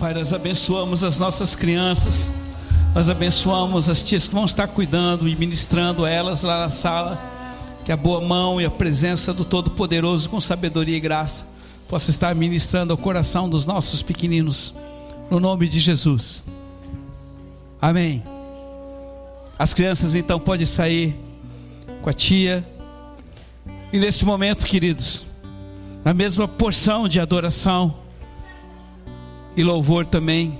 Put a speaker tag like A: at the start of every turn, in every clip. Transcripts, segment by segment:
A: Pai, nós abençoamos as nossas crianças, nós abençoamos as tias que vão estar cuidando e ministrando a elas lá na sala. Que a boa mão e a presença do Todo-Poderoso, com sabedoria e graça, possa estar ministrando ao coração dos nossos pequeninos, no nome de Jesus. Amém. As crianças então podem sair com a tia. E nesse momento, queridos, na mesma porção de adoração e louvor também,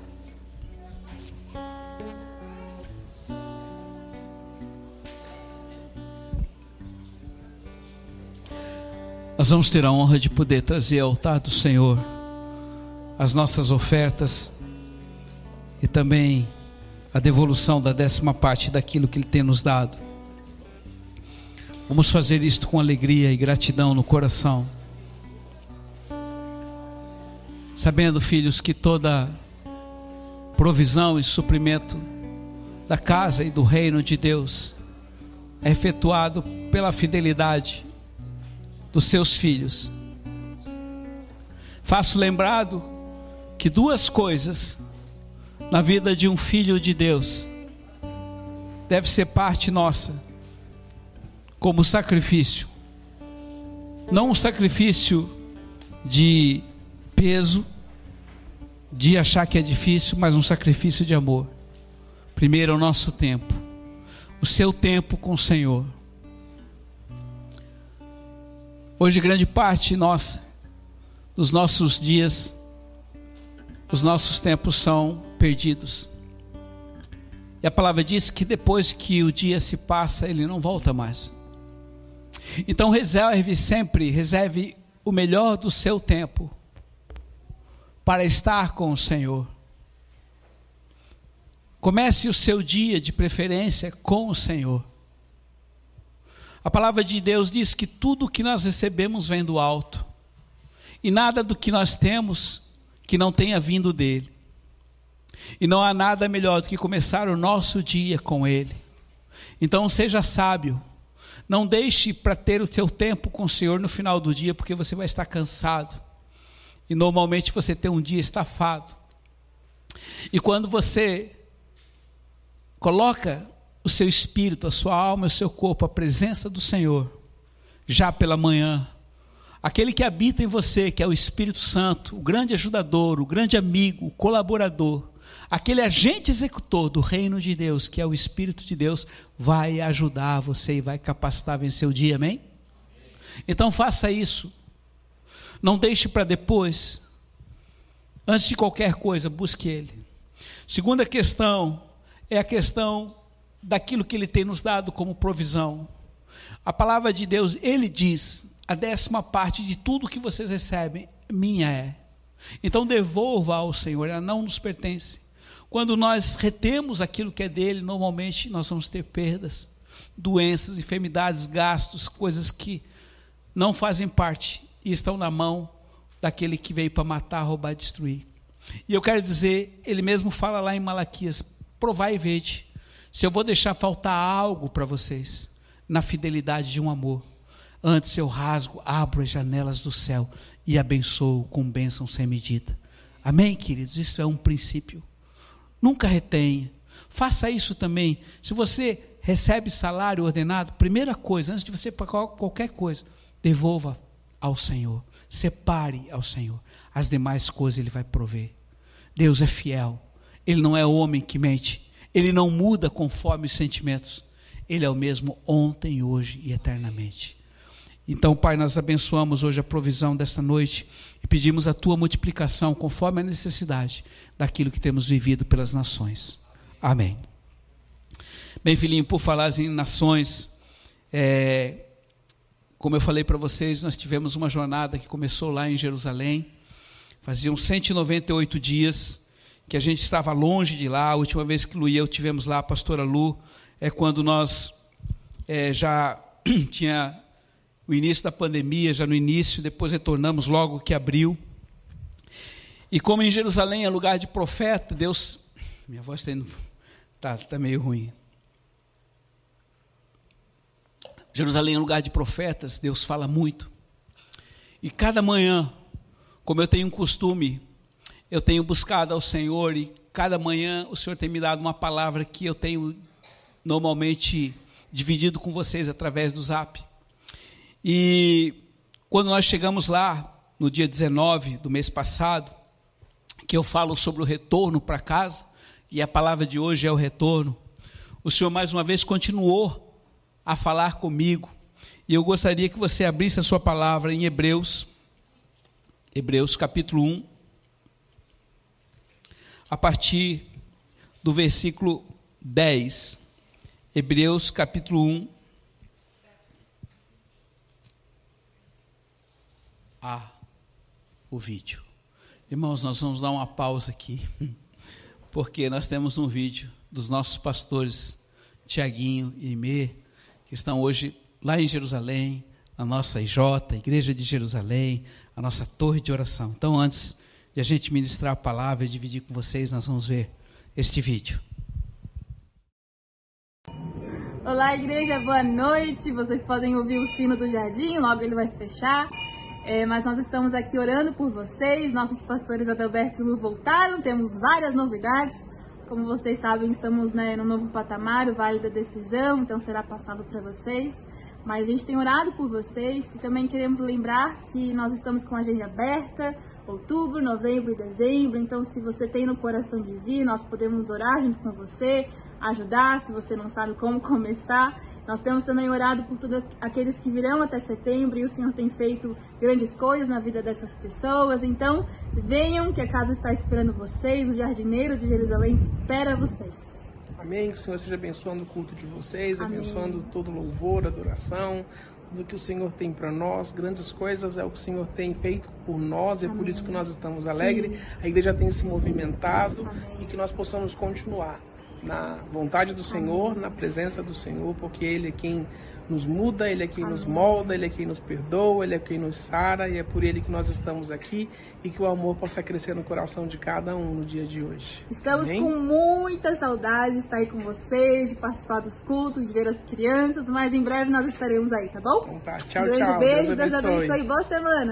A: nós vamos ter a honra de poder trazer ao altar do Senhor as nossas ofertas e também a devolução da 10ª parte daquilo que Ele tem nos dado. Vamos fazer isto com alegria e gratidão no coração, sabendo, filhos, que toda provisão e suprimento da casa e do reino de Deus é efetuado pela fidelidade dos seus filhos. Faço lembrado que 2 coisas na vida de um filho de Deus deve ser parte nossa, como sacrifício, não um sacrifício de peso, de achar que é difícil, mas um sacrifício de amor. Primeiro, o nosso tempo, o seu tempo com o Senhor. Hoje, grande parte nossa, dos nossos dias, os nossos tempos são perdidos. E a palavra diz que depois que o dia se passa, ele não volta mais. Então reserve o melhor do seu tempo para estar com o Senhor. Comece o seu dia de preferência com o Senhor. A palavra de Deus diz que tudo o que nós recebemos vem do alto, e nada do que nós temos que não tenha vindo dele. E não há nada melhor do que começar o nosso dia com ele. Então seja sábio, não deixe para ter o seu tempo com o Senhor no final do dia, porque você vai estar cansado, e normalmente você tem um dia estafado. E quando você coloca o seu espírito, a sua alma e o seu corpo, a presença do Senhor, já pela manhã, aquele que habita em você, que é o Espírito Santo, o grande ajudador, o grande amigo, o colaborador, aquele agente executor do reino de Deus, que é o Espírito de Deus, vai ajudar você e vai capacitar a vencer o dia, amém? Então faça isso, não deixe para depois. Antes de qualquer coisa, busque Ele. Segunda questão é a questão daquilo que Ele tem nos dado como provisão. A palavra de Deus, Ele diz: a 10ª parte de tudo que vocês recebem, minha é. Então devolva ao Senhor, ela não nos pertence. Quando nós retemos aquilo que é dele, normalmente nós vamos ter perdas, doenças, enfermidades, gastos, coisas que não fazem parte e estão na mão daquele que veio para matar, roubar, destruir. E eu quero dizer, ele mesmo fala lá em Malaquias: provai e vede se eu vou deixar faltar algo para vocês, na fidelidade de um amor. Antes eu rasgo, abro as janelas do céu e abençoo com bênção sem medida. Amém, queridos? Isso é um princípio. Nunca retenha. Faça isso também. Se você recebe salário ordenado, primeira coisa, antes de você pagar qualquer coisa, devolva ao Senhor. Separe ao Senhor. As demais coisas Ele vai prover. Deus é fiel. Ele não é homem que mente. Ele não muda conforme os sentimentos. Ele é o mesmo ontem, hoje e eternamente. Então, Pai, nós abençoamos hoje a provisão desta noite e pedimos a Tua multiplicação conforme a necessidade daquilo que temos vivido pelas nações. Amém. Bem, filhinho, por falar em nações, como eu falei para vocês, nós tivemos uma jornada que começou lá em Jerusalém. Faziam 198 dias que a gente estava longe de lá. A última vez que Lu e eu tivemos lá, a pastora Lu, é quando nós já tinha o início da pandemia, já no início, depois retornamos logo que abriu. E como em Jerusalém é lugar de profeta, Deus... Minha voz está meio ruim. Jerusalém é lugar de profetas, Deus fala muito. E cada manhã, como eu tenho um costume, eu tenho buscado ao Senhor e cada manhã o Senhor tem me dado uma palavra que eu tenho normalmente dividido com vocês através do Zap. E quando nós chegamos lá, no dia 19 do mês passado, que eu falo sobre o retorno para casa, e a palavra de hoje é o retorno, o Senhor mais uma vez continuou a falar comigo, e eu gostaria que você abrisse a sua palavra em Hebreus capítulo 1, a partir do versículo 10, Hebreus capítulo 1, o vídeo. Irmãos, nós vamos dar uma pausa aqui, porque nós temos um vídeo dos nossos pastores, Tiaguinho e Imê, que estão hoje lá em Jerusalém, na nossa IJ, a Igreja de Jerusalém, a nossa torre de oração. Então, antes de a gente ministrar a palavra e dividir com vocês, nós vamos ver este vídeo.
B: Olá, igreja, boa noite. Vocês podem ouvir o sino do jardim, logo ele vai fechar. Mas nós estamos aqui orando por vocês. Nossos pastores Adalberto e Lu voltaram, temos várias novidades. Como vocês sabem, estamos no novo patamar, o Vale da Decisão, então será passado para vocês. Mas a gente tem orado por vocês e também queremos lembrar que nós estamos com a agenda aberta, outubro, novembro e dezembro. Então, se você tem no coração de vir, nós podemos orar junto com você, ajudar, se você não sabe como começar. Nós temos também orado por todos aqueles que virão até setembro e o Senhor tem feito grandes coisas na vida dessas pessoas. Então, venham que a casa está esperando vocês, o jardineiro de Jerusalém espera vocês.
C: Amém, que o Senhor esteja abençoando o culto de vocês,
B: Amém.
C: Abençoando todo louvor, adoração, tudo que o Senhor tem para nós, grandes coisas é o que o Senhor tem feito por nós, é por isso que nós estamos alegres, a igreja tem se movimentado. Amém. E que nós possamos continuar na vontade do Senhor, na presença do Senhor, porque Ele é quem nos muda, Ele é quem nos molda, Ele é quem nos perdoa, Ele é quem nos sara, e é por Ele que nós estamos aqui, e que o amor possa crescer no coração de cada um no dia de hoje.
B: Estamos
C: Amém?
B: Com muita saudade de estar aí com vocês, de participar dos cultos, de ver as crianças, mas em breve nós estaremos aí, tá bom?
C: Então tá, tchau,
B: grande
C: tchau.
B: Beijo, Deus abençoe, boa semana.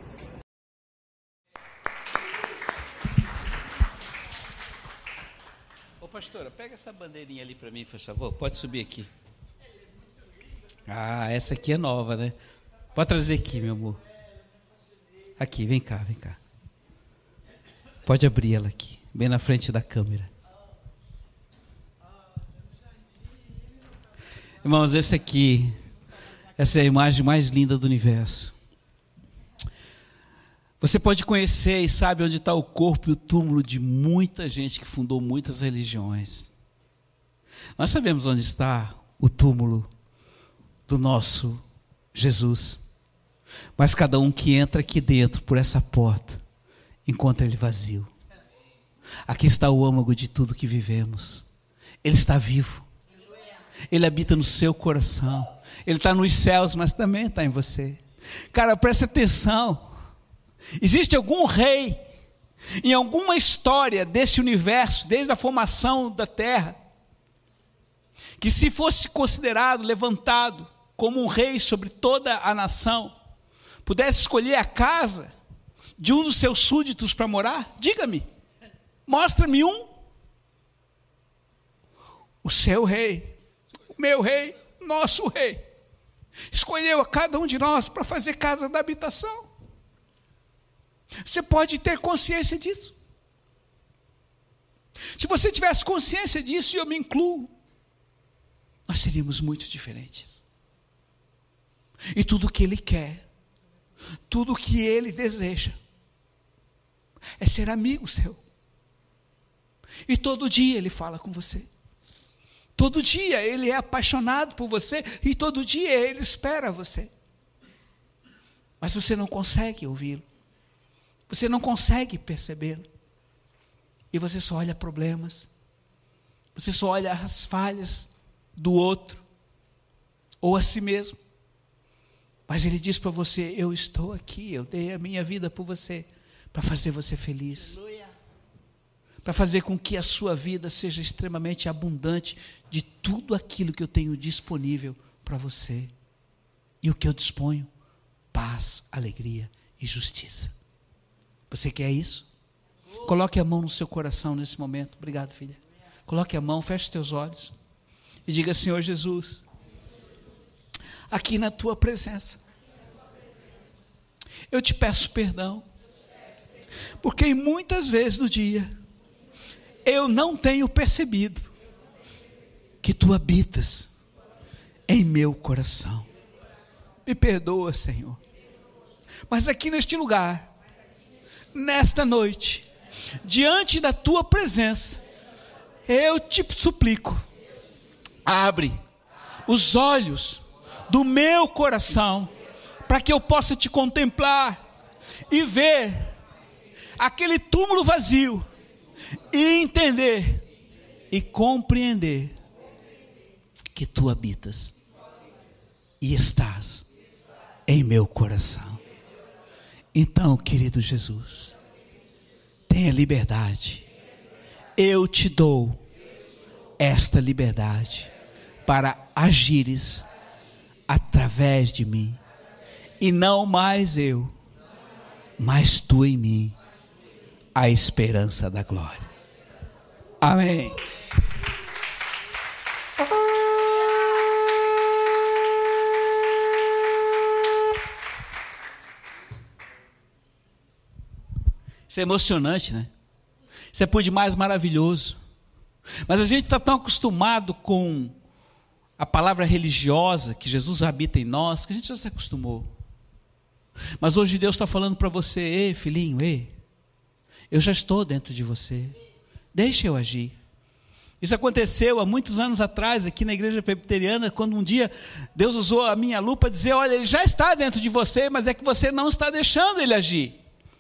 A: Pastora, pega essa bandeirinha ali para mim, por favor. Pode subir aqui. Ah, essa aqui é nova, né? Pode trazer aqui, meu amor. Aqui, vem cá, vem cá. Pode abrir ela aqui, bem na frente da câmera. Irmãos, essa é a imagem mais linda do universo. Você pode conhecer e sabe onde está o corpo e o túmulo de muita gente que fundou muitas religiões. Nós sabemos onde está o túmulo do nosso Jesus. Mas cada um que entra aqui dentro, por essa porta, encontra ele vazio. Aqui está o âmago de tudo que vivemos. Ele está vivo. Ele habita no seu coração. Ele está nos céus, mas também está em você. Cara, presta atenção. Existe algum rei, em alguma história desse universo, desde a formação da terra, que se fosse considerado, levantado como um rei sobre toda a nação, pudesse escolher a casa de um dos seus súditos para morar? Diga-me, mostra-me um. O seu rei, o meu rei, nosso rei, escolheu a cada um de nós para fazer casa da habitação. Você pode ter consciência disso. Se você tivesse consciência disso, e eu me incluo, nós seríamos muito diferentes. E tudo o que Ele quer, tudo o que Ele deseja, é ser amigo seu. E todo dia Ele fala com você. Todo dia Ele é apaixonado por você, e todo dia Ele espera você. Mas você não consegue ouvi-lo. Você não consegue percebê-lo. E você só olha problemas. Você só olha as falhas do outro. Ou a si mesmo. Mas Ele diz para você: eu estou aqui, eu dei a minha vida por você, para fazer você feliz. Para fazer com que a sua vida seja extremamente abundante de tudo aquilo que eu tenho disponível para você. E o que eu disponho? Paz, alegria e justiça. Você quer isso? Coloque a mão no seu coração nesse momento. Obrigado, filha. Coloque a mão, feche teus olhos e diga: Senhor Jesus, aqui na tua presença, eu te peço perdão, porque muitas vezes no dia eu não tenho percebido que tu habitas em meu coração. Me perdoa, Senhor. Mas aqui neste lugar, nesta noite, diante da tua presença, eu te suplico, abre os olhos do meu coração, para que eu possa te contemplar e ver aquele túmulo vazio, e entender e compreender que tu habitas e estás em meu coração. Então, querido Jesus, tenha liberdade. Eu te dou esta liberdade para agires através de mim, e não mais eu, mas tu em mim, a esperança da glória. Amém. Isso é emocionante, né? Isso é por demais maravilhoso. Mas a gente está tão acostumado com a palavra religiosa, que Jesus habita em nós, que a gente já se acostumou. Mas hoje Deus está falando para você: ei, filhinho, ei, eu já estou dentro de você, deixa eu agir. Isso aconteceu há muitos anos atrás, aqui na igreja presbiteriana, quando um dia Deus usou a minha lupa para dizer: olha, ele já está dentro de você, mas é que você não está deixando ele agir.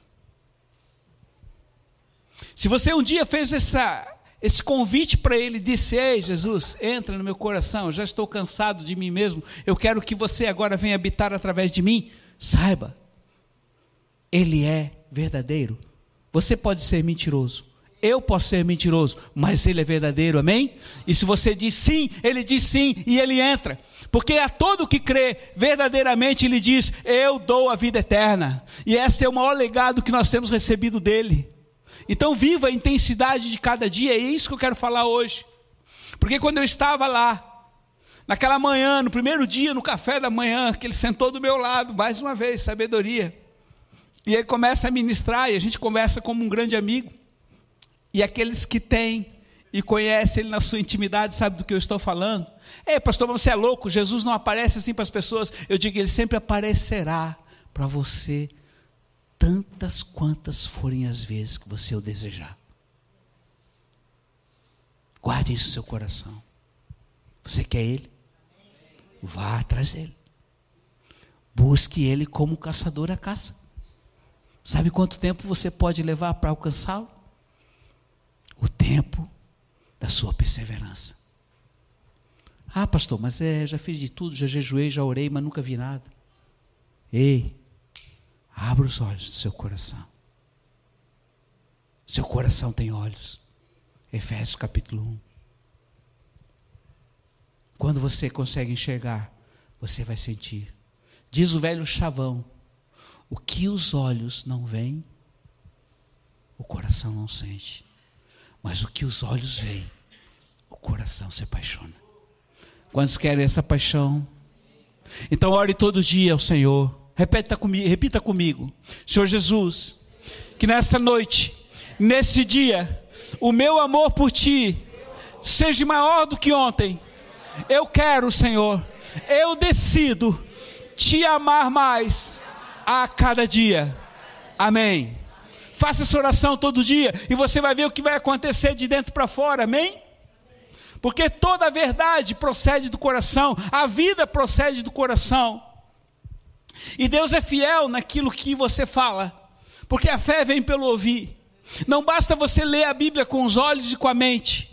A: Se você um dia fez esse convite para ele, disse: ei, Jesus, entra no meu coração, eu já estou cansado de mim mesmo, eu quero que você agora venha habitar através de mim, saiba, ele é verdadeiro. Você pode ser mentiroso, eu posso ser mentiroso, mas ele é verdadeiro, amém? E se você diz sim, ele diz sim, e ele entra, porque a todo que crê verdadeiramente, ele diz: eu dou a vida eterna, e este é o maior legado que nós temos recebido dele. Então viva a intensidade de cada dia, é isso que eu quero falar hoje. Porque quando eu estava lá, naquela manhã, no primeiro dia, no café da manhã, que ele sentou do meu lado, mais uma vez, sabedoria, e ele começa a ministrar, e a gente conversa como um grande amigo, e aqueles que têm e conhecem ele na sua intimidade, sabem do que eu estou falando. Ei, pastor, você é louco, Jesus não aparece assim para as pessoas. Eu digo: ele sempre aparecerá para você, tantas quantas forem as vezes que você o desejar. Guarde isso no seu coração. Você quer ele? Vá atrás dele. Busque ele como o caçador a caça. Sabe quanto tempo você pode levar para alcançá-lo? O tempo da sua perseverança. Ah, pastor, mas eu já fiz de tudo, já jejuei, já orei, mas nunca vi nada. Ei, abra os olhos do seu coração. Seu coração tem olhos. Efésios capítulo 1. Quando você consegue enxergar, você vai sentir. Diz o velho chavão: o que os olhos não veem, o coração não sente. Mas o que os olhos veem, o coração se apaixona. Quantos querem essa paixão? Então ore todo dia ao Senhor. Repita comigo: Senhor Jesus, que nesta noite, nesse dia, o meu amor por Ti seja maior do que ontem. Eu quero, Senhor, eu decido Te amar mais a cada dia. Amém. Faça essa oração todo dia e você vai ver o que vai acontecer de dentro para fora, amém? Porque toda a verdade procede do coração, a vida procede do coração. E Deus é fiel naquilo que você fala, porque a fé vem pelo ouvir. Não basta você ler a Bíblia com os olhos e com a mente.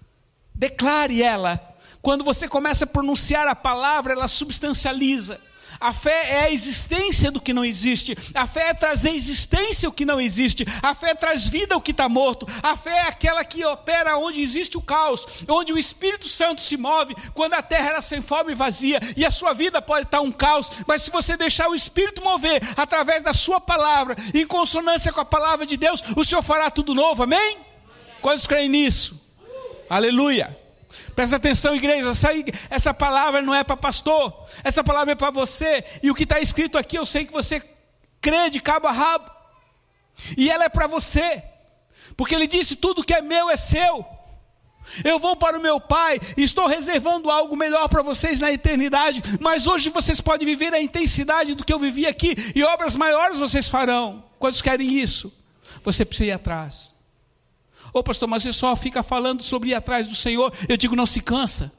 A: Declare ela. Quando você começa a pronunciar a palavra, ela substancializa. A fé é a existência do que não existe. A fé é trazer existência ao que não existe. A fé traz vida ao que está morto. A fé é aquela que opera onde existe o caos, onde o Espírito Santo se move, quando a terra era sem forma e vazia, e a sua vida pode estar um caos, mas se você deixar o Espírito mover através da sua palavra, em consonância com a palavra de Deus, o Senhor fará tudo novo, amém? Quantos creem nisso? Aleluia! Presta atenção, igreja, essa palavra não é para pastor, essa palavra é para você, e o que está escrito aqui eu sei que você crê de cabo a rabo, e ela é para você, porque ele disse: tudo que é meu é seu, eu vou para o meu Pai, e estou reservando algo melhor para vocês na eternidade, mas hoje vocês podem viver a intensidade do que eu vivi aqui, e obras maiores vocês farão. Quantos querem isso? Você precisa ir atrás. Ô pastor, mas você só fica falando sobre ir atrás do Senhor. Eu digo, não se cansa.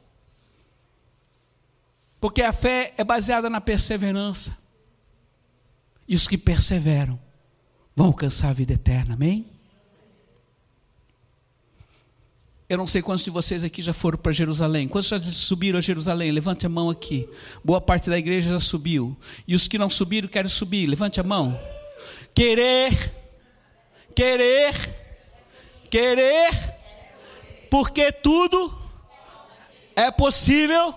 A: Porque a fé é baseada na perseverança. E os que perseveram vão alcançar a vida eterna, amém? Eu não sei quantos de vocês aqui já foram para Jerusalém. Quantos já subiram a Jerusalém? Levante a mão aqui. Boa parte da igreja já subiu. E os que não subiram querem subir. Levante a mão. Querer, porque tudo é possível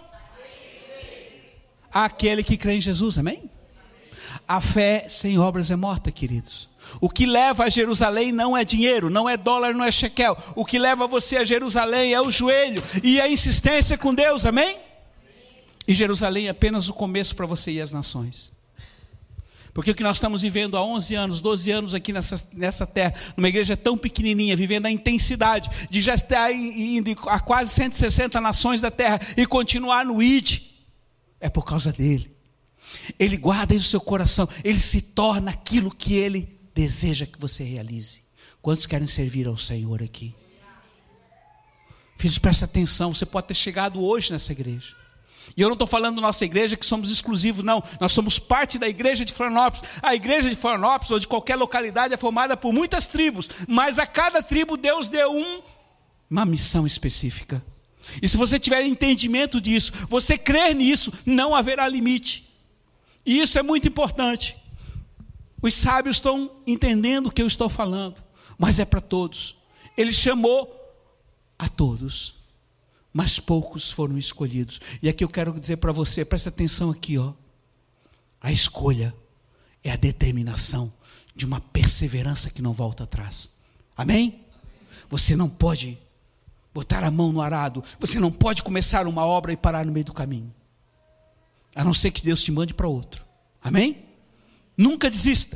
A: àquele que crê em Jesus, amém? A fé sem obras é morta, queridos. O que leva a Jerusalém não é dinheiro, não é dólar, não é shekel. O que leva você a Jerusalém é o joelho e a insistência com Deus, amém? E Jerusalém é apenas o começo para você ir às nações. Porque o que nós estamos vivendo há 11 anos, 12 anos aqui nessa terra, numa igreja tão pequenininha, vivendo a intensidade de já estar indo a quase 160 nações da terra e continuar no ID, é por causa dele. Ele guarda isso no seu coração, ele se torna aquilo que ele deseja que você realize. Quantos querem servir ao Senhor aqui? Filhos, presta atenção, você pode ter chegado hoje nessa igreja. E eu não estou falando da nossa igreja que somos exclusivos, não. Nós somos parte da igreja de Florianópolis. A igreja de Florianópolis ou de qualquer localidade é formada por muitas tribos, mas a cada tribo Deus deu uma missão específica. E se você tiver entendimento disso, você crer nisso, não haverá limite. E isso é muito importante. Os sábios estão entendendo o que eu estou falando, mas é para todos. Ele chamou a todos, mas poucos foram escolhidos. E aqui eu quero dizer para você, presta atenção aqui, ó. A escolha é a determinação de uma perseverança que não volta atrás. Amém? Você não pode botar a mão no arado, você não pode começar uma obra e parar no meio do caminho, a não ser que Deus te mande para outro. Amém? Nunca desista.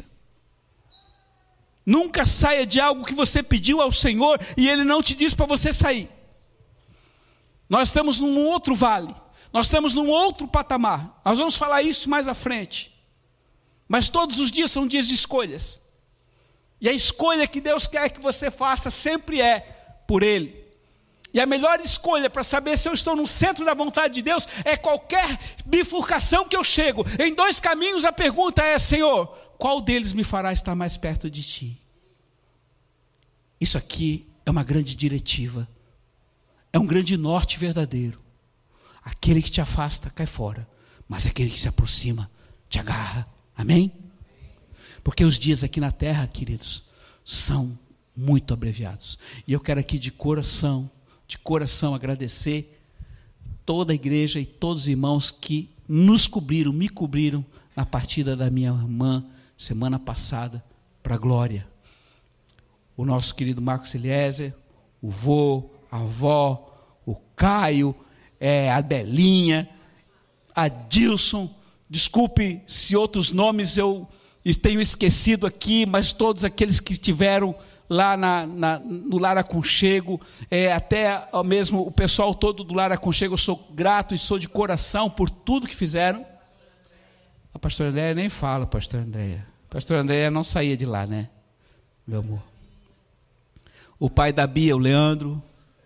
A: Nunca saia de algo que você pediu ao Senhor e Ele não te diz para você sair. Nós estamos num outro vale, nós estamos num outro patamar, nós vamos falar isso mais à frente, mas todos os dias são dias de escolhas, e a escolha que Deus quer que você faça sempre é por Ele, e a melhor escolha para saber se eu estou no centro da vontade de Deus, é qualquer bifurcação que eu chego, em dois caminhos a pergunta é: Senhor, qual deles me fará estar mais perto de Ti? Isso aqui é uma grande diretiva, é um grande norte verdadeiro. Aquele que te afasta, cai fora. Mas aquele que se aproxima, te agarra. Amém? Porque os dias aqui na terra, queridos, são muito abreviados. E eu quero aqui de coração agradecer toda a igreja e todos os irmãos que nos cobriram, me cobriram na partida da minha irmã semana passada, para a glória. O nosso querido Marcos Eliezer, o vô, a avó, o Caio, a Belinha, a Dilson, desculpe se outros nomes eu tenho esquecido aqui, mas todos aqueles que estiveram lá no Lar Aconchego, até mesmo o pessoal todo do Lar Aconchego, eu sou grato e sou de coração por tudo que fizeram. A pastora Andréia nem fala, pastora Andréia. Pastora Andréia não saía de lá, né, meu amor? O pai da Bia, o Leandro,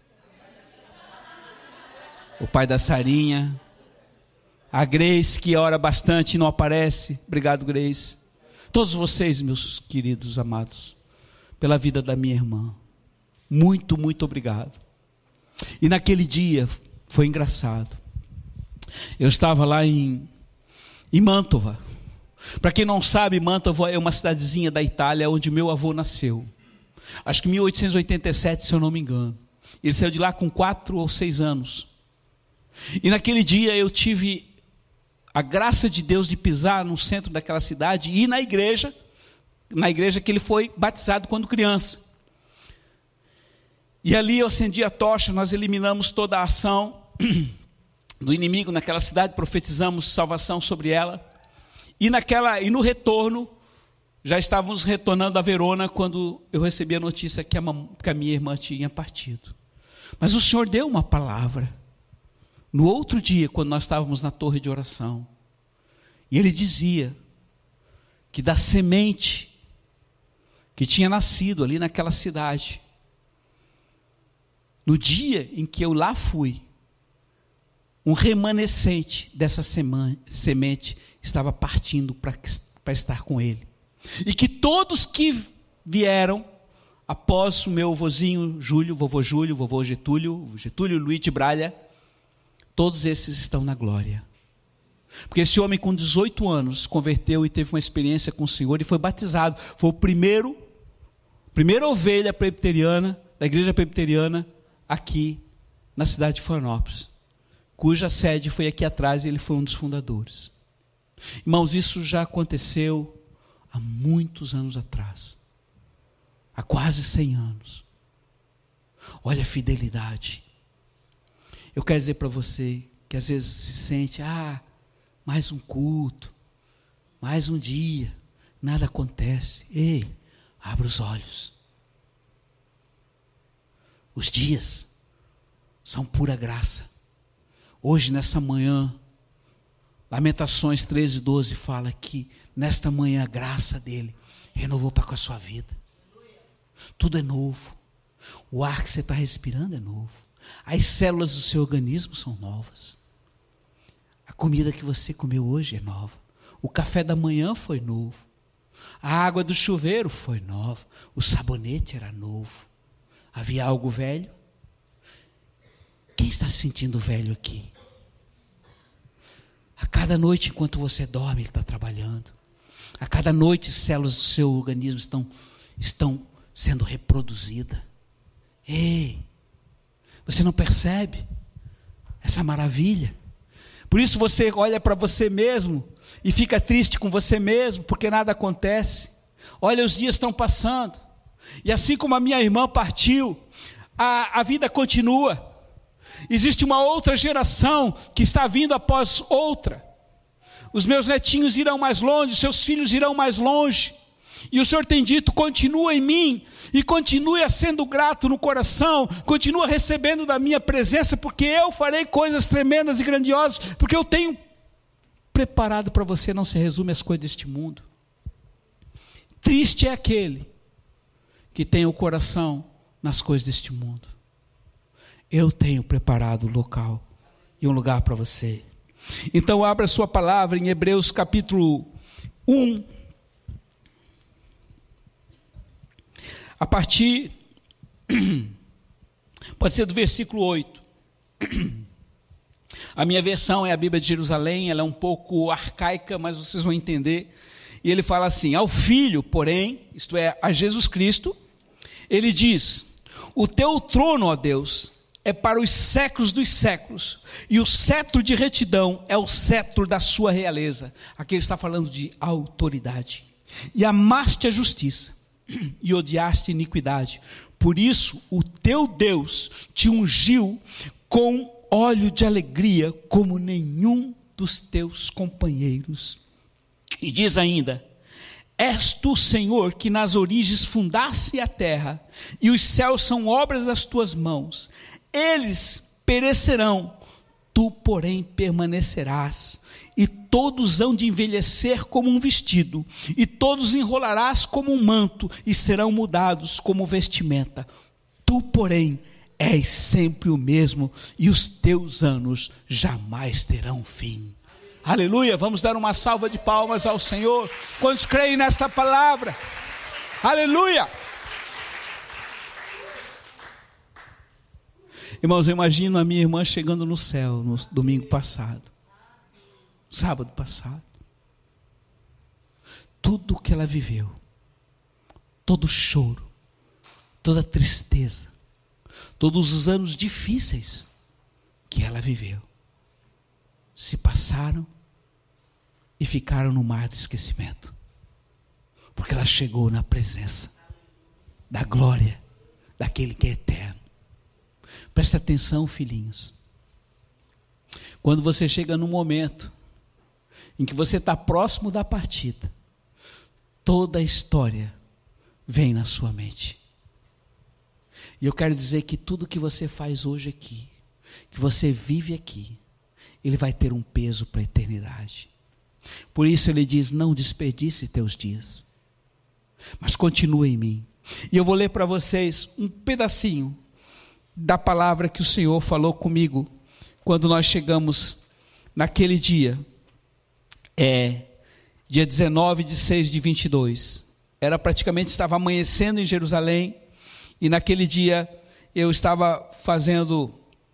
A: o pai da Sarinha, a Grace, que ora bastante e não aparece. Obrigado, Grace. Todos vocês, meus queridos amados, pela vida da minha irmã, muito, muito obrigado. E naquele dia foi engraçado. Eu estava lá em em Mantova. Para quem não sabe, Mantova é uma cidadezinha da Itália onde meu avô nasceu. Acho que em 1887, se eu não me engano. Ele saiu de lá com 4 ou 6 anos. E naquele dia eu tive a graça de Deus de pisar no centro daquela cidade e ir na igreja que ele foi batizado quando criança. E ali eu acendi a tocha, nós eliminamos toda a ação do inimigo naquela cidade, profetizamos salvação sobre ela. E no retorno, já estávamos retornando a Verona quando eu recebi a notícia que a minha irmã tinha partido. Mas o Senhor deu uma palavra. No outro dia, quando nós estávamos na torre de oração, e Ele dizia que da semente que tinha nascido ali naquela cidade, no dia em que eu lá fui, um remanescente dessa semente estava partindo para estar com ele. E que todos que vieram após o meu vozinho Júlio, vovô Getúlio Luiz de Bralha, todos esses estão na glória. Porque esse homem com 18 anos converteu e teve uma experiência com o Senhor e foi batizado. Foi o primeira ovelha presbiteriana, da igreja presbiteriana, aqui na cidade de Florianópolis, cuja sede foi aqui atrás e ele foi um dos fundadores. Irmãos, isso já aconteceu há muitos anos atrás, há quase 100 anos. Olha a fidelidade. Eu quero dizer para você que às vezes se sente, mais um culto, mais um dia, nada acontece. Ei, abra os olhos. Os dias são pura graça. Hoje, nessa manhã, Lamentações 13:12 fala que nesta manhã a graça dele renovou para com a sua vida. Tudo é novo. O ar que você está respirando é novo. As células do seu organismo são novas. A comida que você comeu hoje é nova. O café da manhã foi novo. A água do chuveiro foi nova. O sabonete era novo. Havia algo velho? Quem está se sentindo velho aqui? A cada noite, enquanto você dorme, Ele está trabalhando. A cada noite, as células do seu organismo estão sendo reproduzidas. Ei, você não percebe essa maravilha? Por isso você olha para você mesmo e fica triste com você mesmo, porque nada acontece. Olha, os dias estão passando. E assim como a minha irmã partiu, a vida continua. Existe uma outra geração que está vindo após outra. Os meus netinhos irão mais longe, seus filhos irão mais longe. E o Senhor tem dito, continua em mim, e continue sendo grato no coração, continua recebendo da minha presença, porque eu farei coisas tremendas e grandiosas, porque eu tenho preparado para você, não se resume às coisas deste mundo. Triste é aquele que tem o coração nas coisas deste mundo. Eu tenho preparado um local e um lugar para você. Então abra sua palavra em Hebreus capítulo 1. A partir, pode ser do versículo 8. A minha versão é a Bíblia de Jerusalém, ela é um pouco arcaica, mas vocês vão entender. E ele fala assim, ao Filho, porém, isto é, a Jesus Cristo, ele diz, o teu trono, ó Deus, é para os séculos dos séculos, e o cetro de retidão é o cetro da sua realeza. Aqui ele está falando de autoridade. E amaste a justiça, e odiaste a iniquidade. Por isso, o teu Deus te ungiu com óleo de alegria, como nenhum dos teus companheiros. E diz ainda, és tu, Senhor, que nas origens fundaste a terra, e os céus são obras das tuas mãos. Eles perecerão, tu, porém, permanecerás, e todos hão de envelhecer como um vestido, e todos enrolarás como um manto, e serão mudados como vestimenta. Tu, porém, és sempre o mesmo, e os teus anos jamais terão fim. Aleluia, vamos dar uma salva de palmas ao Senhor. Quantos creem nesta palavra? Aleluia! Irmãos, eu imagino a minha irmã chegando no céu no domingo passado, sábado passado. tudo que ela viveu, todo choro, toda tristeza, todos os anos difíceis que ela viveu, se passaram e ficaram no mar do esquecimento, porque ela chegou na presença da glória daquele que é eterno. Presta atenção, filhinhos. Quando você chega num momento em que você está próximo da partida, toda a história vem na sua mente. E eu quero dizer que tudo que você faz hoje aqui, que você vive aqui, ele vai ter um peso para a eternidade. Por isso ele diz: não desperdice teus dias, mas continua em mim. E eu vou ler para vocês um pedacinho da palavra que o Senhor falou comigo quando nós chegamos naquele dia, dia 19/6/22. Era praticamente, estava amanhecendo em Jerusalém, e naquele dia eu estava fazendo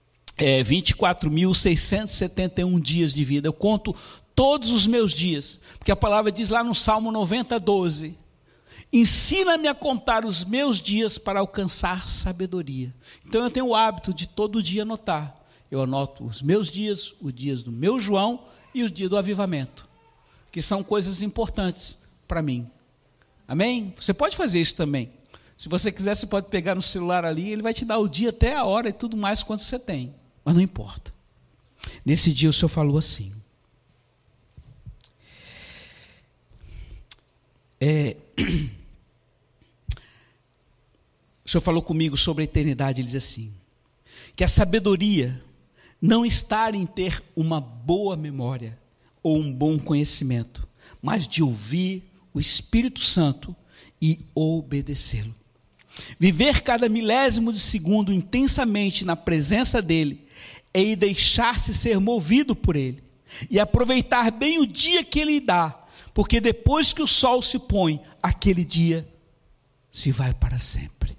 A: 24.671 dias de vida. Eu conto todos os meus dias, porque a palavra diz lá no Salmo 90:12, ensina-me a contar os meus dias para alcançar sabedoria. Então eu tenho o hábito de todo dia anotar. Eu anoto os meus dias, os dias do meu João e os dias do avivamento, que são coisas importantes para mim. Amém? Você pode fazer isso também. Se você quiser, você pode pegar no celular ali, ele vai te dar o dia até a hora e tudo mais quanto você tem. Mas não importa. Nesse dia o Senhor falou assim. O Senhor falou comigo sobre a eternidade. Ele diz assim, que a sabedoria não está em ter uma boa memória ou um bom conhecimento, mas de ouvir o Espírito Santo e obedecê-lo. Viver cada milésimo de segundo intensamente na presença dele e deixar-se ser movido por ele e aproveitar bem o dia que ele dá, porque depois que o sol se põe, aquele dia se vai para sempre.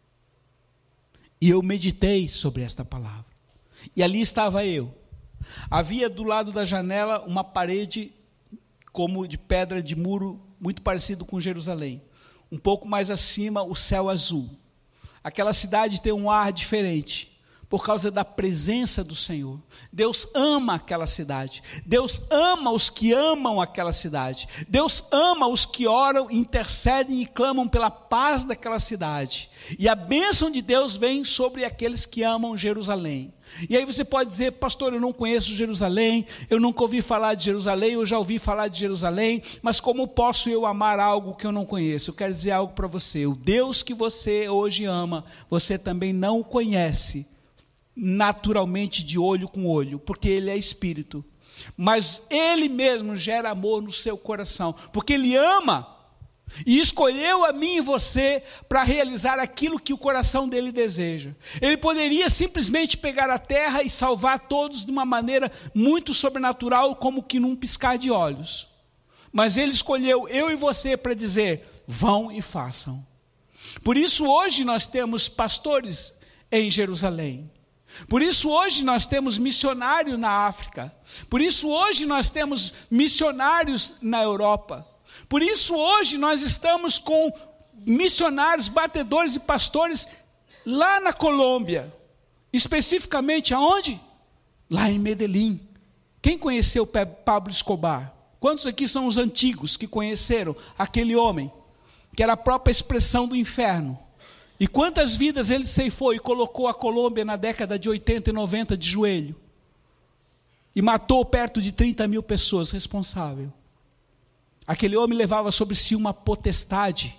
A: E eu meditei sobre esta palavra, e ali estava eu. Havia do lado da janela uma parede como de pedra de muro, muito parecido com Jerusalém. Um pouco mais acima, o céu azul. Aquela cidade tem um ar diferente, por causa da presença do Senhor. Deus ama aquela cidade. Deus ama os que amam aquela cidade. Deus ama os que oram, intercedem e clamam pela paz daquela cidade. E a bênção de Deus vem sobre aqueles que amam Jerusalém. E aí você pode dizer, pastor, eu não conheço Jerusalém, eu nunca ouvi falar de Jerusalém, eu já ouvi falar de Jerusalém, mas como posso eu amar algo que eu não conheço? Eu quero dizer algo para você, o Deus que você hoje ama, você também não conhece naturalmente de olho com olho, porque Ele é Espírito, mas Ele mesmo gera amor no seu coração, porque Ele ama, e escolheu a mim e você para realizar aquilo que o coração dele deseja. Ele poderia simplesmente pegar a terra e salvar todos de uma maneira muito sobrenatural, como que num piscar de olhos, mas ele escolheu eu e você para dizer, vão e façam. Por isso hoje nós temos pastores em Jerusalém. Por isso hoje nós temos missionário na África. Por isso hoje nós temos missionários na Europa. Por isso hoje nós estamos com missionários, batedores e pastores lá na Colômbia. Especificamente aonde? Lá em Medellín. Quem conheceu Pablo Escobar? Quantos aqui são os antigos que conheceram aquele homem, que era a própria expressão do inferno? E quantas vidas ele ceifou e colocou a Colômbia na década de 80 e 90 de joelho? E matou perto de 30 mil pessoas, responsável. Aquele homem levava sobre si uma potestade.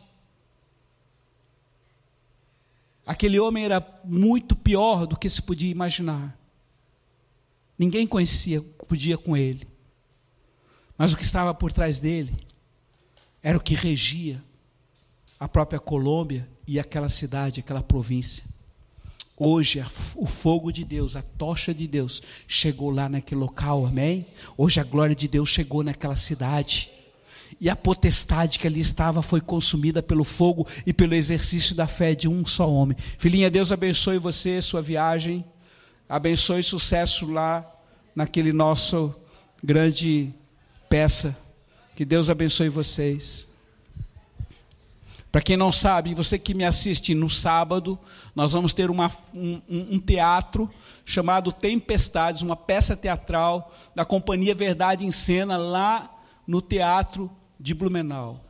A: Aquele homem era muito pior do que se podia imaginar. Ninguém podia com ele. Mas o que estava por trás dele era o que regia a própria Colômbia e aquela cidade, aquela província. Hoje o fogo de Deus, a tocha de Deus chegou lá naquele local, amém? Hoje a glória de Deus chegou naquela cidade. E a potestade que ali estava foi consumida pelo fogo e pelo exercício da fé de um só homem. Filhinha, Deus abençoe você, sua viagem, abençoe sucesso lá naquele nosso grande peça Que Deus abençoe vocês. Para quem não sabe, você que me assiste, no sábado, nós vamos ter um teatro chamado Tempestades, uma peça teatral da Companhia Verdade em Cena, lá no Teatro de Blumenau.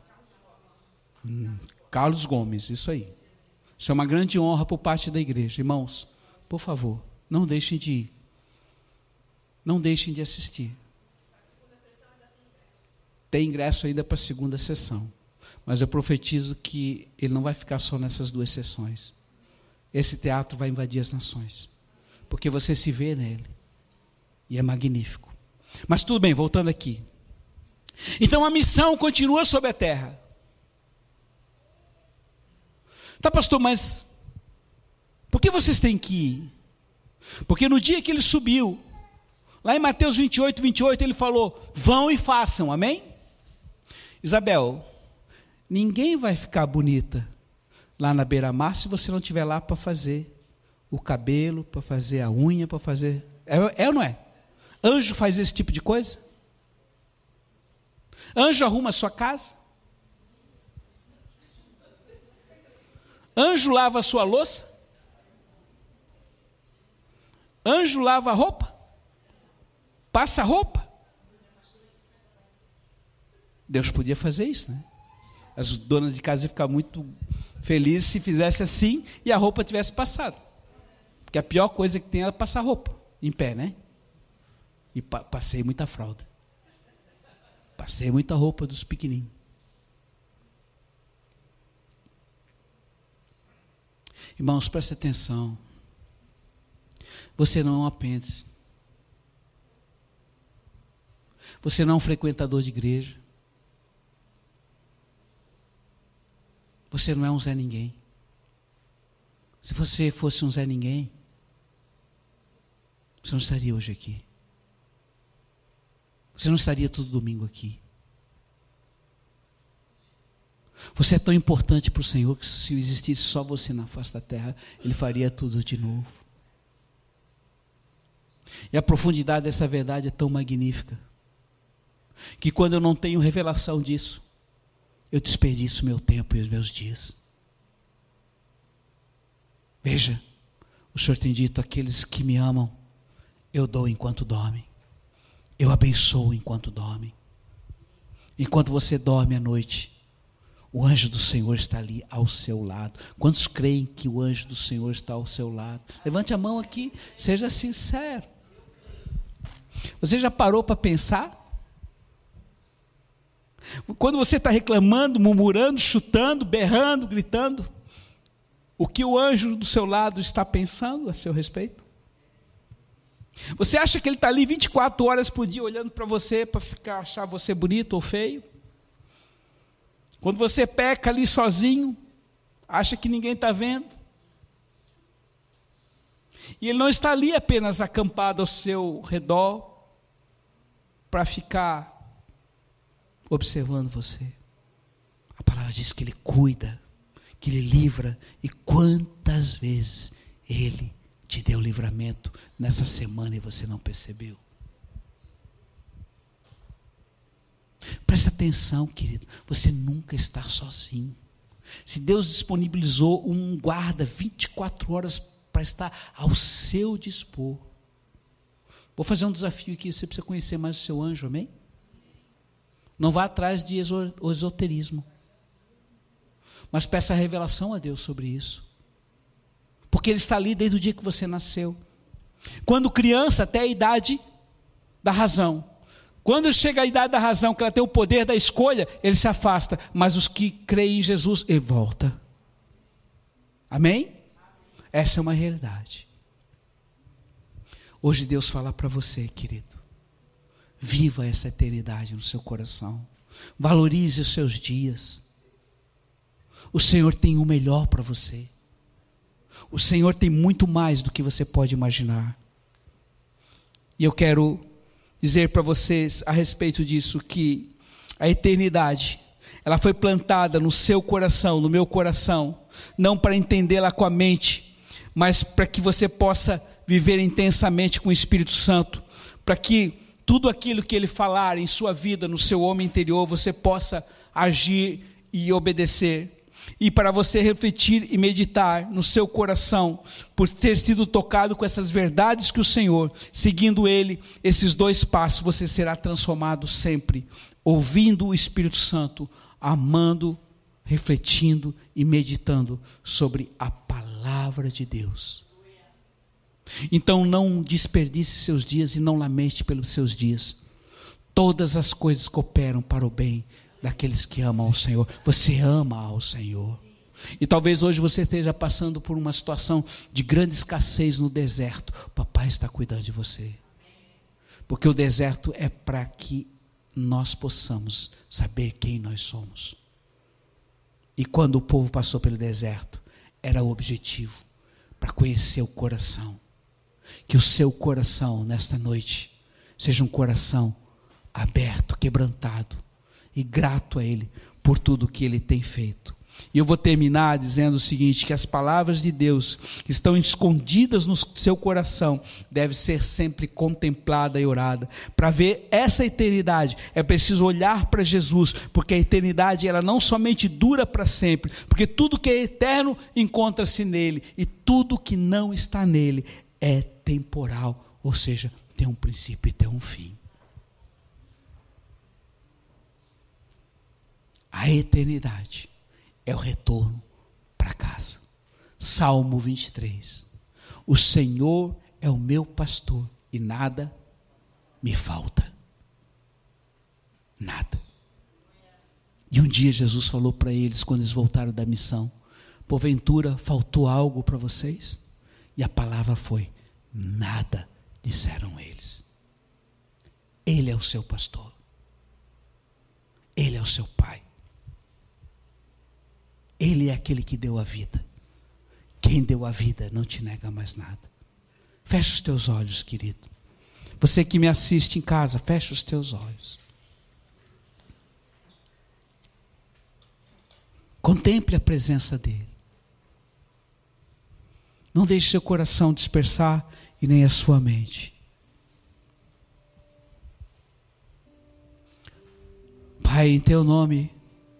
A: Carlos Gomes, isso aí. Isso é uma grande honra por parte da igreja. Irmãos, por favor, não deixem de ir. Não deixem de assistir. Tem ingresso ainda para a segunda sessão. Mas eu profetizo que ele não vai ficar só nessas 2 sessões. Esse teatro vai invadir as nações. Porque você se vê nele. E é magnífico. Mas tudo bem, voltando aqui. Então a missão continua sobre a terra. Tá, pastor, mas por que vocês têm que ir? Porque no dia que ele subiu, lá em Mateus 28, ele falou, vão e façam, amém? Isabel, ninguém vai ficar bonita lá na beira-mar se você não estiver lá para fazer o cabelo, para fazer a unha, para fazer... É ou não é? Anjo faz esse tipo de coisa? Anjo arruma a sua casa? Anjo lava a sua louça? Anjo lava a roupa? Passa a roupa? Deus podia fazer isso, né? As donas de casa iam ficar muito felizes se fizesse assim e a roupa tivesse passado. Porque a pior coisa que tem é passar roupa em pé, né? E passei muita fralda. Passei muita roupa dos pequenininhos. Irmãos, presta atenção. Você não é um apêndice. Você não é um frequentador de igreja. Você não é um Zé Ninguém. Se você fosse um Zé Ninguém, você não estaria hoje aqui. Você não estaria todo domingo aqui. Você é tão importante para o Senhor que se existisse só você na face da terra, Ele faria tudo de novo. E a profundidade dessa verdade é tão magnífica, que quando eu não tenho revelação disso, eu desperdiço meu tempo e os meus dias. Veja, o Senhor tem dito, aqueles que me amam, eu dou enquanto dormem. Eu abençoo enquanto dormem. Enquanto você dorme à noite, o anjo do Senhor está ali ao seu lado. Quantos creem que o anjo do Senhor está ao seu lado? Levante a mão aqui, seja sincero. Você já parou para pensar? Quando você está reclamando, murmurando, chutando, berrando, gritando, o que o anjo do seu lado está pensando a seu respeito? Você acha que ele está ali 24 horas por dia olhando para você para achar você bonito ou feio? Quando você peca ali sozinho, acha que ninguém está vendo? E ele não está ali apenas acampado ao seu redor para ficar observando você. A palavra diz que Ele cuida, que Ele livra, e quantas vezes Ele te deu livramento nessa semana e você não percebeu. Presta atenção, querido, você nunca está sozinho. Se Deus disponibilizou um guarda 24 horas para estar ao seu dispor, vou fazer um desafio aqui, você precisa conhecer mais o seu anjo, amém? Não vá atrás de esoterismo, mas peça a revelação a Deus sobre isso, porque Ele está ali desde o dia que você nasceu. Quando criança, até a idade da razão. Quando chega a idade da razão, que ela tem o poder da escolha, ele se afasta, mas os que creem em Jesus, ele volta. Amém? Essa é uma realidade. Hoje Deus fala para você, querido, viva essa eternidade no seu coração, valorize os seus dias. O Senhor tem o melhor para você. O Senhor tem muito mais do que você pode imaginar. E eu quero dizer para vocês a respeito disso, que a eternidade, ela foi plantada no seu coração, no meu coração, não para entendê-la com a mente, mas para que você possa viver intensamente com o Espírito Santo, para que tudo aquilo que Ele falar em sua vida, no seu homem interior, você possa agir e obedecer. E para você refletir e meditar no seu coração, por ter sido tocado com essas verdades que o Senhor, seguindo Ele, esses 2 passos, você será transformado sempre, ouvindo o Espírito Santo, amando, refletindo e meditando sobre a palavra de Deus. Então não desperdice seus dias e não lamente pelos seus dias. Todas as coisas cooperam para o bem daqueles que amam ao Senhor. Você ama ao Senhor. E talvez hoje você esteja passando por uma situação de grande escassez no deserto. O papai está cuidando de você. Porque o deserto é para que nós possamos saber quem nós somos. E quando o povo passou pelo deserto, era o objetivo, para conhecer o coração. Que o seu coração nesta noite seja um coração aberto, quebrantado e grato a Ele por tudo que Ele tem feito. E eu vou terminar dizendo o seguinte, que as palavras de Deus que estão escondidas no seu coração devem ser sempre contemplada e orada. Para ver essa eternidade é preciso olhar para Jesus, porque a eternidade ela não somente dura para sempre, porque tudo que é eterno encontra-se nele, e tudo que não está nele é temporal, ou seja, tem um princípio e tem um fim. A eternidade é o retorno para casa. Salmo 23. O Senhor é o meu pastor e nada me falta. Nada. E um dia Jesus falou para eles, quando eles voltaram da missão: porventura faltou algo para vocês? E a palavra foi: nada, disseram eles. Ele é o seu pastor. Ele é o seu pai. Ele é aquele que deu a vida. Quem deu a vida não te nega mais nada. Fecha os teus olhos, querido. Você que me assiste em casa, fecha os teus olhos. Contemple a presença dEle. Não deixe seu coração dispersar e nem a sua mente. Pai, em Teu nome,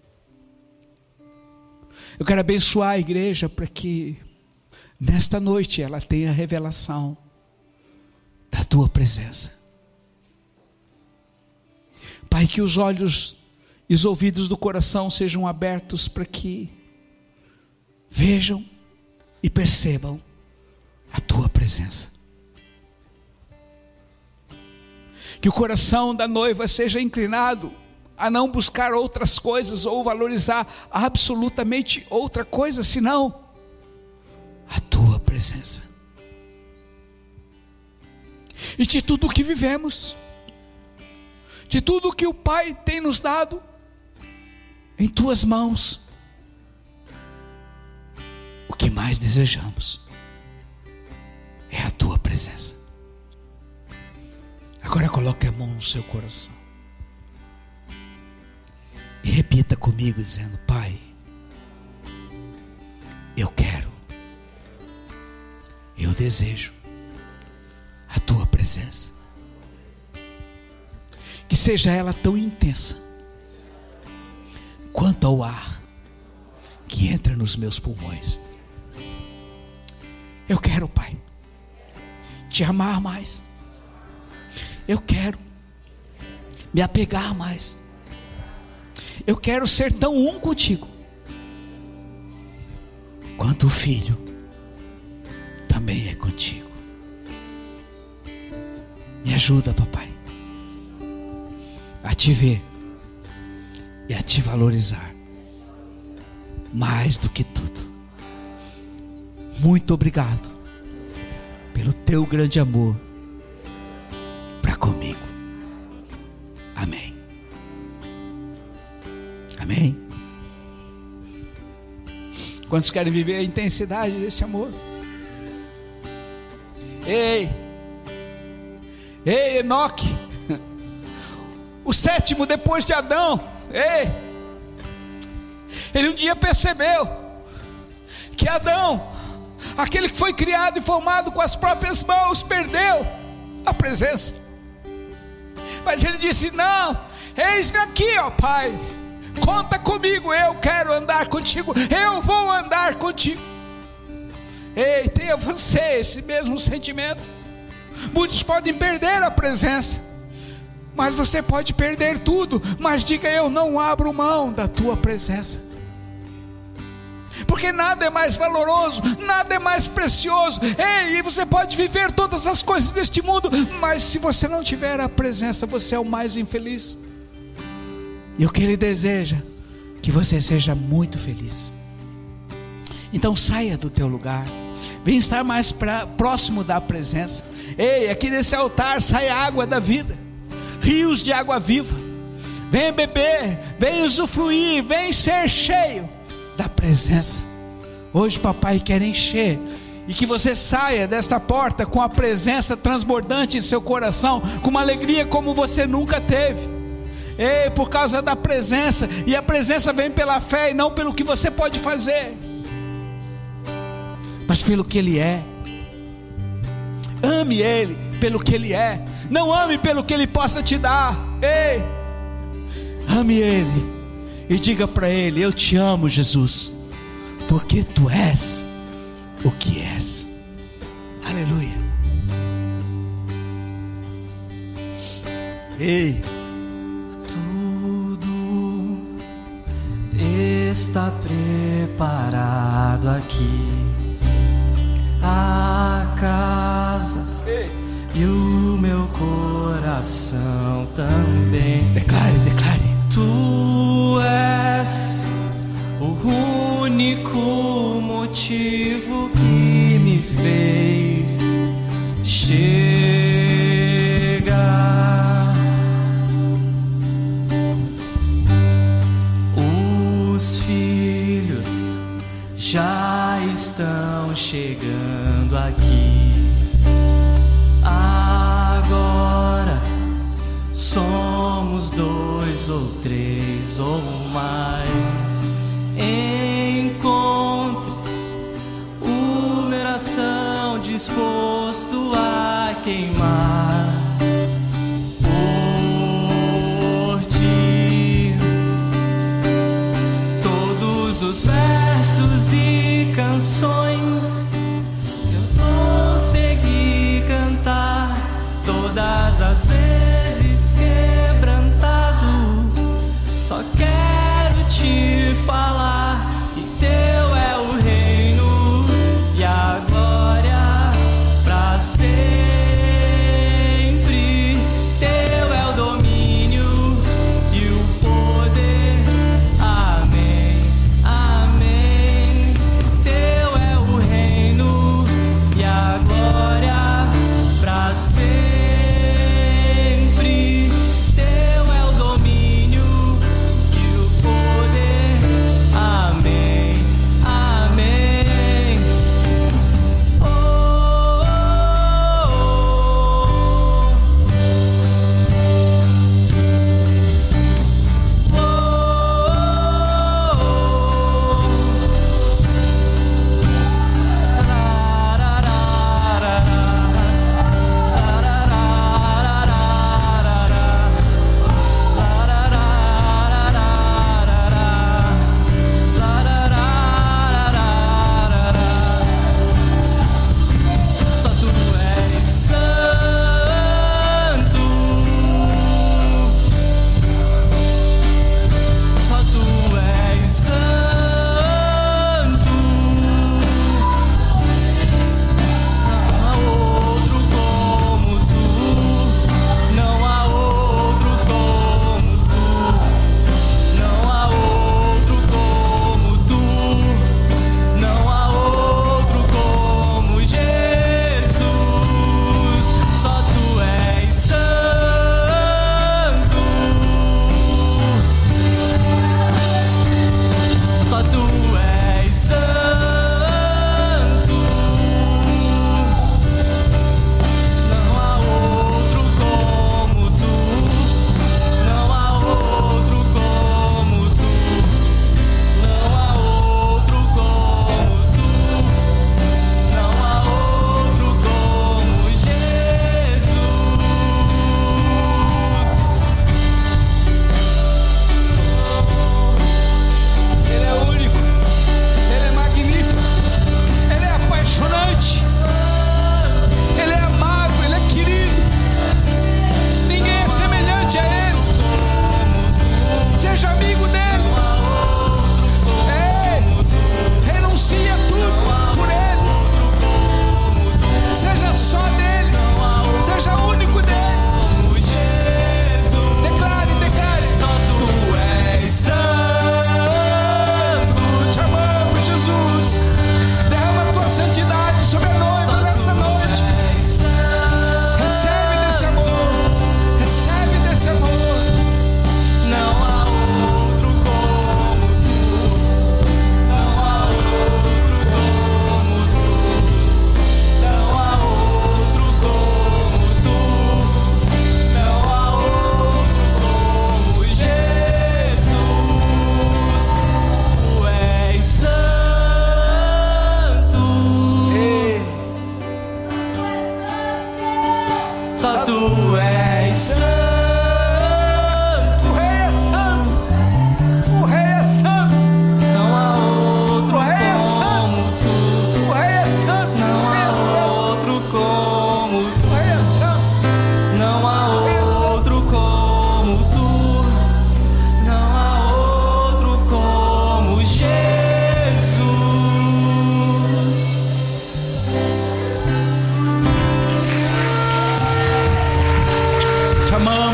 A: eu quero abençoar a igreja para que nesta noite ela tenha a revelação da Tua presença. Pai, que os olhos e os ouvidos do coração sejam abertos para que vejam e percebam a Tua presença. Que o coração da noiva seja inclinado a não buscar outras coisas ou valorizar absolutamente outra coisa, senão a Tua presença. E de tudo o que vivemos, de tudo o que o Pai tem nos dado, em Tuas mãos, o que mais desejamos é a Tua presença. Agora coloque a mão no seu coração e repita comigo dizendo: Pai, eu quero, eu desejo a Tua presença. Que seja ela tão intensa quanto ao ar que entra nos meus pulmões. Eu quero, Pai, Te amar mais. Eu quero me apegar mais. Eu quero ser tão um contigo quanto o Filho também é contigo. Me ajuda, papai, a Te ver e a Te valorizar mais do que tudo. Muito obrigado pelo Teu grande amor para comigo. Amém. Amém. Quantos querem viver a intensidade desse amor? Ei, Enoque, o sétimo depois de Adão, ele um dia percebeu que Adão, aquele que foi criado e formado com as próprias mãos, perdeu a presença. Mas ele disse: não, eis-me aqui, ó Pai, conta comigo, eu quero andar contigo, eu vou andar contigo. Ei, tenha você esse mesmo sentimento. Muitos podem perder a presença, mas você pode perder tudo, mas diga: eu não abro mão da tua presença. Porque nada é mais valoroso, nada é mais precioso. Ei, e você pode viver todas as coisas deste mundo, mas se você não tiver a presença, você é o mais infeliz. E o que Ele deseja? Que você seja muito feliz. Então saia do teu lugar, vem estar mais próximo da presença. Ei, aqui nesse altar sai a água da vida, rios de água viva. Vem beber, vem usufruir, vem ser cheio da presença. Hoje papai quer encher, e que você saia desta porta com a presença transbordante em seu coração, com uma alegria como você nunca teve. Ei, por causa da presença, e a presença vem pela fé e não pelo que você pode fazer, mas pelo que Ele é. Ame Ele pelo que Ele é, não ame pelo que Ele possa te dar. Ei, ame Ele e diga para Ele: eu te amo, Jesus, porque Tu és o que és. Aleluia. Ei,
D: tudo está preparado aqui, a casa e o meu coração também.
A: Declare, declare.
D: Tu és o único motivo que me fez chegar. Os filhos já estão chegando aqui. Agora somos 2 ou 3 ou mais. Encontre uma oração disposto a queimar por ti. Todos os versos e canções eu consegui cantar, todas as vezes quebrantado, só quero te falar que Teu é o reino e a glória pra sempre.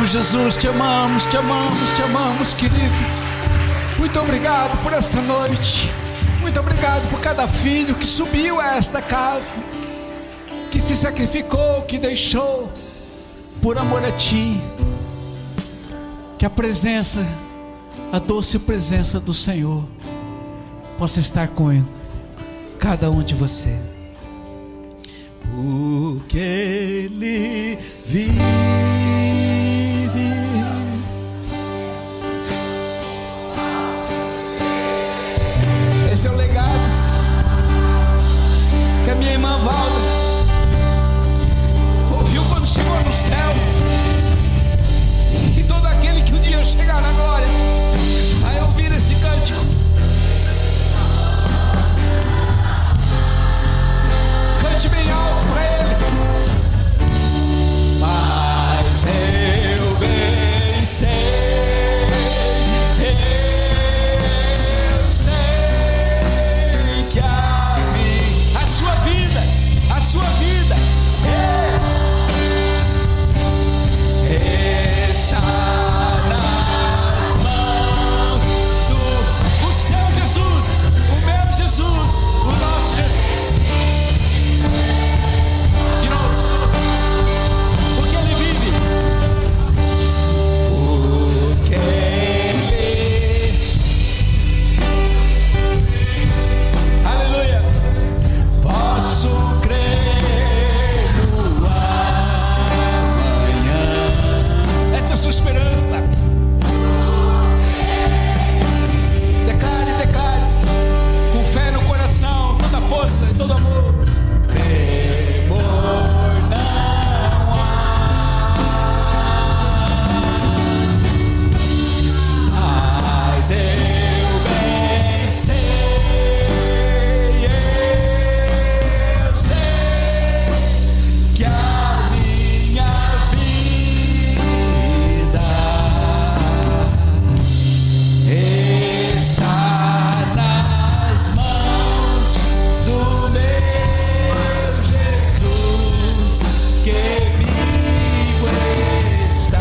A: amamos, Jesus, te amamos, te amamos, te amamos, querido. Muito obrigado por esta noite. Muito obrigado por cada filho que subiu a esta casa, que se sacrificou, que deixou por amor a Ti. Que a presença, a doce presença do Senhor possa estar com cada um de você. Porque Ele vive. Esse é o legado que a minha irmã Valda ouviu quando chegou no céu. E todo aquele que um dia chegar na glória vai ouvir esse cântico. Cante bem alto para Ele. Mas eu bem sei, eu sei que a sua vida está nas mãos do seu Jesus, o meu Jesus, o nosso Jesus. De novo, porque Ele vive, porque Ele, aleluia, posso crer no amanhã. Essa é a sua esperança. Declare, com fé no coração, toda força e todo amor. Temor não há, mas eu bem sei, eu sei que a minha vida está nas mãos do meu Jesus, que vivo está.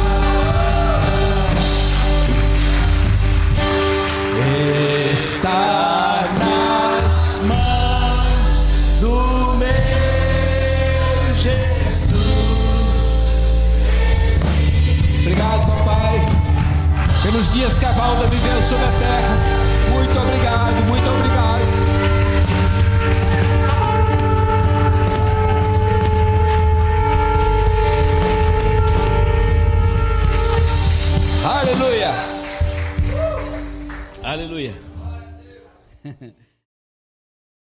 A: Está nas mãos do meu Jesus. Obrigado, papai, pelos dias que a Valda viveu sobre a terra. Muito obrigado, muito obrigado. Aleluia. Aleluia.